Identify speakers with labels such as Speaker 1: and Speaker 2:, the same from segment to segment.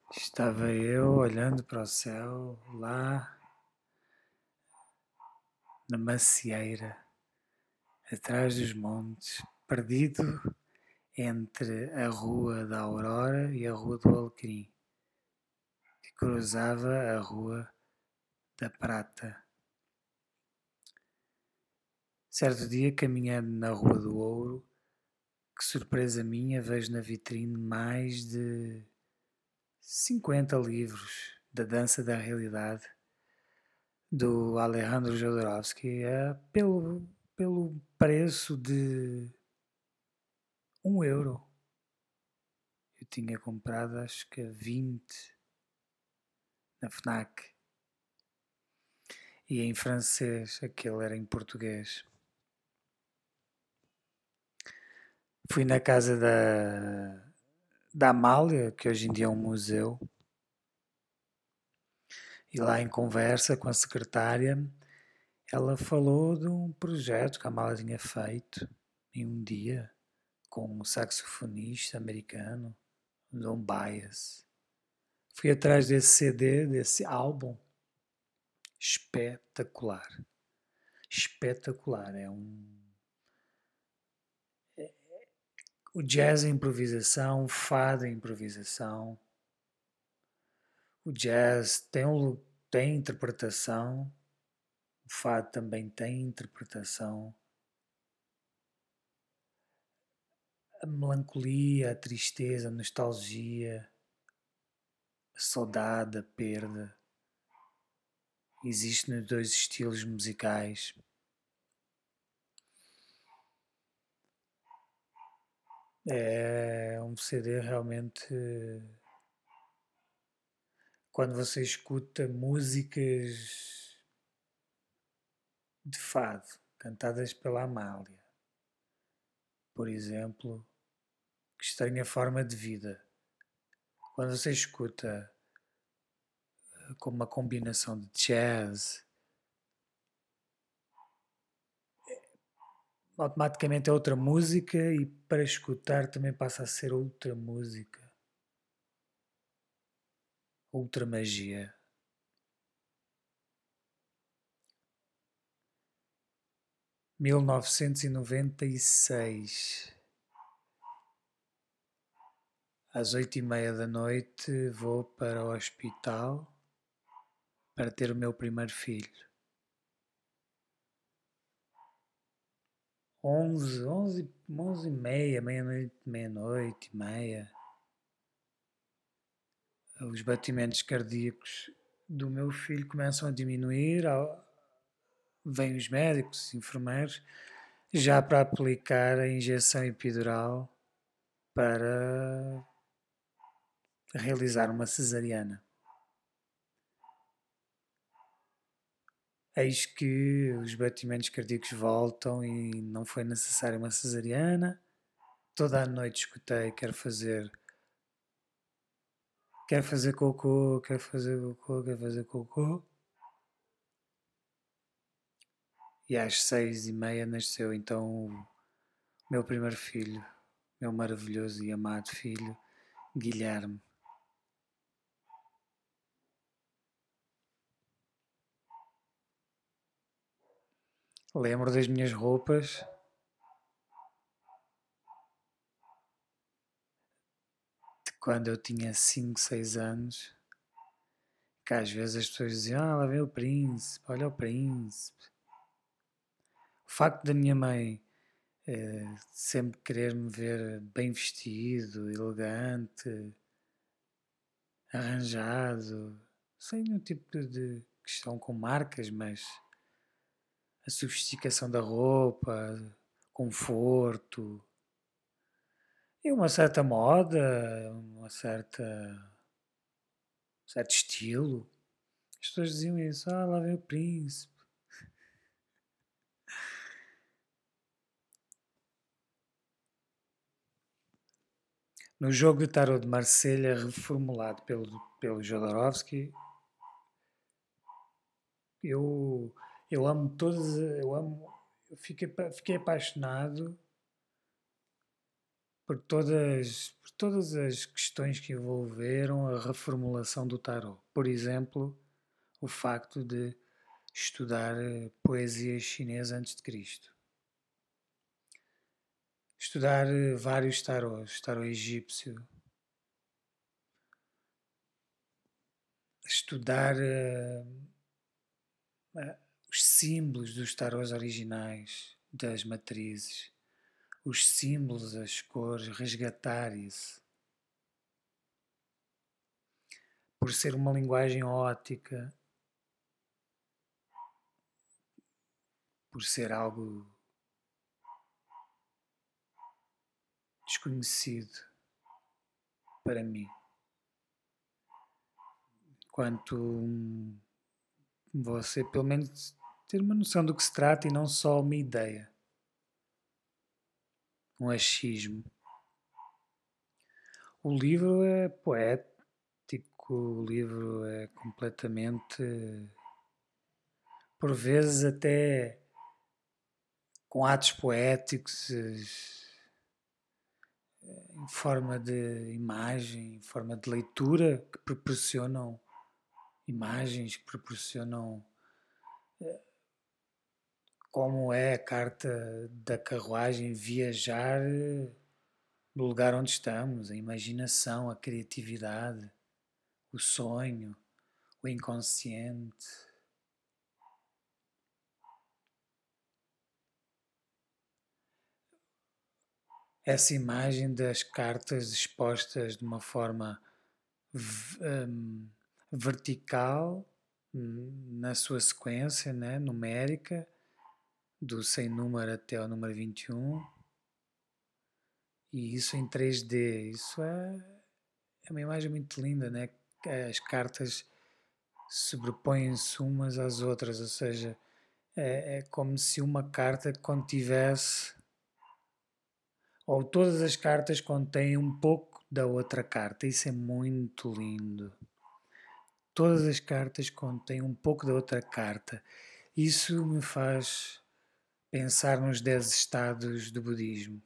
Speaker 1: Estava eu olhando para o céu lá na macieira, atrás dos montes, perdido entre a Rua da Aurora e a Rua do Alecrim, que cruzava a Rua da Prata. Certo dia, caminhando na Rua do Ouro, que surpresa minha, vejo na vitrine mais de 50 livros da dança da realidade do Alejandro Jodorowsky pelo preço de 1 euro. Eu tinha comprado acho que a 20 na FNAC. E em francês, aquele era em português. Fui na casa da Amália, que hoje em dia é um museu, e lá em conversa com a secretária, ela falou de um projeto que a Amália tinha feito em um dia com um saxofonista americano, Don Bias. Fui atrás desse CD, desse álbum, espetacular. Espetacular. O jazz é improvisação, o fado é improvisação. O jazz tem interpretação, o fado também tem interpretação. A melancolia, a tristeza, a nostalgia, a saudade, a perda. Existem nos dois estilos musicais. É um CD realmente. Quando você escuta músicas de fado cantadas pela Amália, por exemplo, Que Estranha Forma de Vida. Quando você escuta com uma combinação de jazz, automaticamente é outra música e para escutar também passa a ser outra música, outra magia. Mil novecentos e noventa e seis, às 8h30 da noite, vou para o hospital para ter o meu primeiro filho. 11h30, meia-noite, meia-noite, meia. Os batimentos cardíacos do meu filho começam a diminuir, vêm os médicos, os enfermeiros, já para aplicar a injeção epidural para realizar uma cesariana. Eis que os batimentos cardíacos voltam e não foi necessária uma cesariana. Toda a noite escutei, quero fazer cocô, quero fazer cocô, quero fazer cocô. E às 6h30 nasceu então o meu primeiro filho, meu maravilhoso e amado filho, Guilherme. Lembro das minhas roupas, de quando eu tinha 5, 6 anos, que às vezes as pessoas diziam, lá vem o príncipe, olha o príncipe. O facto da minha mãe sempre querer me ver bem vestido, elegante, arranjado, sem nenhum tipo de questão com marcas, mas a sofisticação da roupa, conforto e uma certa moda, um certo estilo. As pessoas diziam isso, lá vem o príncipe. No jogo de tarot de Marselha, reformulado pelo Jodorowsky, eu, eu amo eu fiquei apaixonado por todas as questões que envolveram a reformulação do tarot. Por exemplo, o facto de estudar poesia chinesa antes de Cristo. Estudar vários tarôs, tarô egípcio. Estudar os símbolos dos tarôs originais, das matrizes. Os símbolos, as cores, resgatar isso. Por ser uma linguagem ótica, por ser algo desconhecido para mim. Quanto você, pelo menos, ter uma noção do que se trata e não só uma ideia, um achismo. O livro é poético, o livro é completamente, por vezes até com atos poéticos, em forma de imagem, em forma de leitura, que proporcionam imagens, que proporcionam como é a carta da carruagem viajar no lugar onde estamos, a imaginação, a criatividade, o sonho, o inconsciente. Essa imagem das cartas expostas de uma forma vertical, na sua sequência, né, numérica, do sem número até ao número 21, e isso em 3D. Isso é uma imagem muito linda, né? As cartas sobrepõem-se umas às outras, ou seja, é como se uma carta contivesse, ou todas as cartas contêm um pouco da outra carta. Isso é muito lindo. Todas as cartas contêm um pouco da outra carta. Isso me faz pensar nos 10 estados do budismo,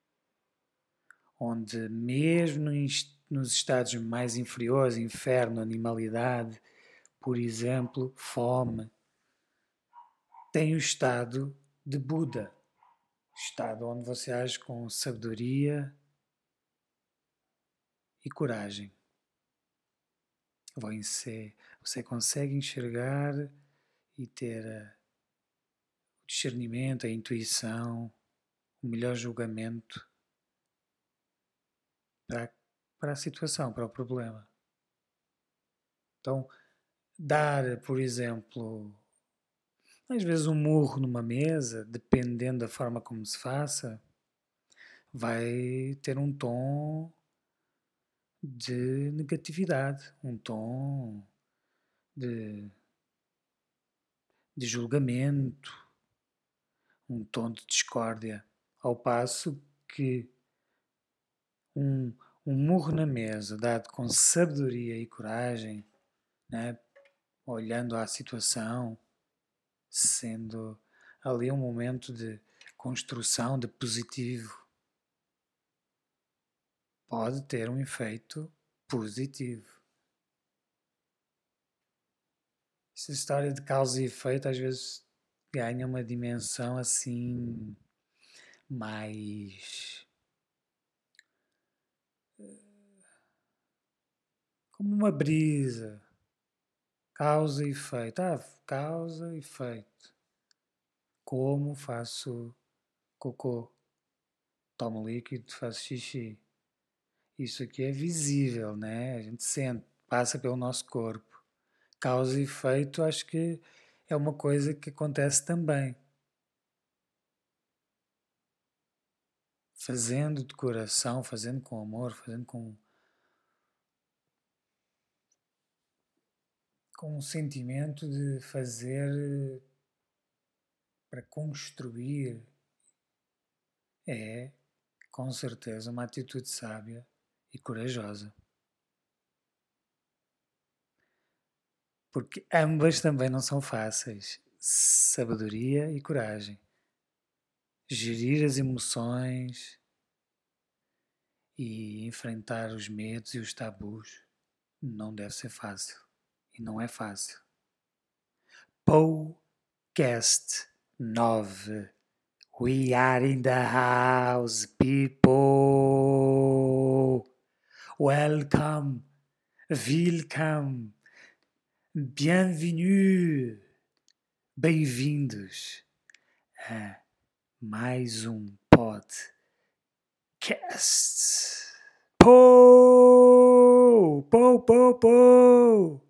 Speaker 1: onde mesmo nos estados mais inferiores, inferno, animalidade, por exemplo, fome, tem o estado de Buda, estado onde você age com sabedoria e coragem. Você consegue enxergar e ter o discernimento, a intuição, o melhor julgamento para a situação, para o problema. Então, dar, por exemplo, às vezes um murro numa mesa, dependendo da forma como se faça, vai ter um tom de negatividade, um tom de, de julgamento, um tom de discórdia. Ao passo que um, um murro na mesa, dado com sabedoria e coragem, né, olhando à situação, sendo ali um momento de construção, de positivo, pode ter um efeito positivo. Essa história de causa e efeito às vezes ganha uma dimensão assim mais como uma brisa. Causa e efeito. Causa e efeito. Como faço cocô? Tomo líquido, faço xixi. Isso aqui é visível, né? A gente sente, passa pelo nosso corpo. Causa e efeito, acho que é uma coisa que acontece também. Fazendo de coração, fazendo com amor, fazendo com um sentimento de fazer para construir, é com certeza uma atitude sábia e corajosa. Porque ambas também não são fáceis. Sabedoria e coragem. Gerir as emoções E enfrentar os medos e os tabus não deve ser fácil. E não é fácil. Podcast 9. We are in the house, people. Welcome. Welcome. Bienvenue. Bem-vindos a mais um podcast. Po! Po, po, po!